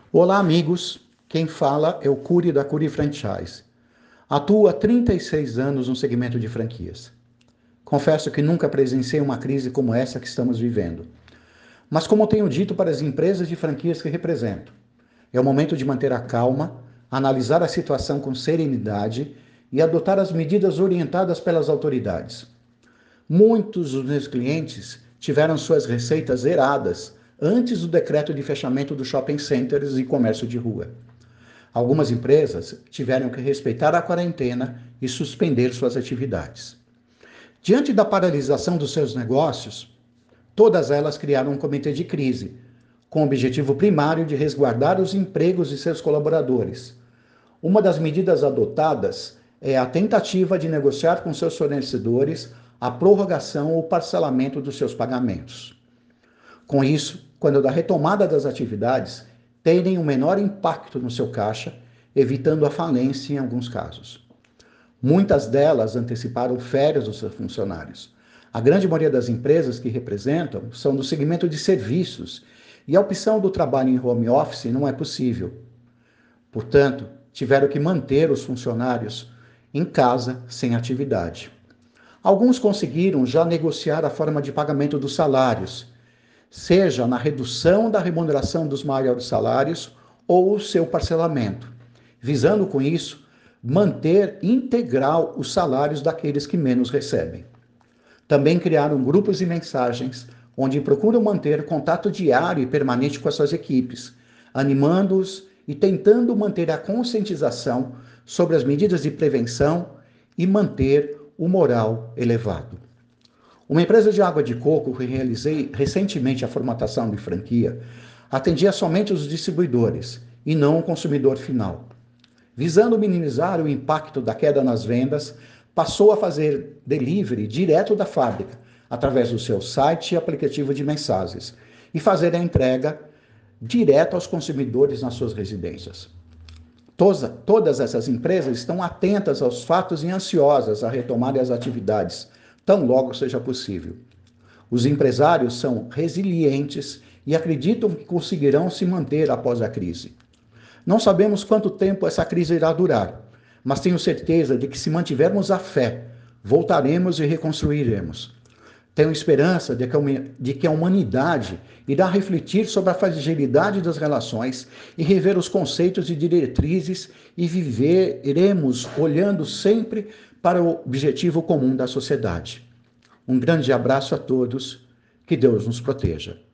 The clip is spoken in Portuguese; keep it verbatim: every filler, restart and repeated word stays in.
Olá, amigos. Quem fala é o Cury da Cury Franchise. Atuo há trinta e seis anos no segmento de franquias. Confesso que nunca presenciei uma crise como essa que estamos vivendo. Mas como tenho dito para as empresas de franquias que represento, é o momento de manter a calma, analisar a situação com serenidade e adotar as medidas orientadas pelas autoridades. Muitos dos meus clientes tiveram suas receitas zeradas antes do decreto de fechamento dos shopping centers e comércio de rua. Algumas empresas tiveram que respeitar a quarentena e suspender suas atividades. Diante da paralisação dos seus negócios, todas elas criaram um comitê de crise, com o objetivo primário de resguardar os empregos de seus colaboradores. Uma das medidas adotadas é a tentativa de negociar com seus fornecedores a prorrogação ou parcelamento dos seus pagamentos. Com isso, quando da retomada das atividades, terem um menor impacto no seu caixa, evitando a falência em alguns casos. Muitas delas anteciparam férias dos seus funcionários. A grande maioria das empresas que representam são do segmento de serviços e a opção do trabalho em home office não é possível. Portanto, tiveram que manter os funcionários em casa sem atividade. Alguns conseguiram já negociar a forma de pagamento dos salários, seja na redução da remuneração dos maiores salários ou o seu parcelamento, visando com isso manter integral os salários daqueles que menos recebem. Também criaram grupos de mensagens onde procuram manter contato diário e permanente com as suas equipes, animando-os e tentando manter a conscientização sobre as medidas de prevenção e manter o moral elevado. Uma empresa de água de coco que realizei recentemente a formatação de franquia atendia somente os distribuidores e não o consumidor final. Visando minimizar o impacto da queda nas vendas, passou a fazer delivery direto da fábrica, através do seu site e aplicativo de mensagens, e fazer a entrega direto aos consumidores nas suas residências. Todas essas empresas estão atentas aos fatos e ansiosas a retomarem as atividades, tão logo seja possível. Os empresários são resilientes e acreditam que conseguirão se manter após a crise. Não sabemos quanto tempo essa crise irá durar, mas tenho certeza de que se mantivermos a fé, voltaremos e reconstruiremos. Tenho esperança de que, a, de que a humanidade irá refletir sobre a fragilidade das relações e rever os conceitos e diretrizes e viveremos olhando sempre para o objetivo comum da sociedade. Um grande abraço a todos, que Deus nos proteja.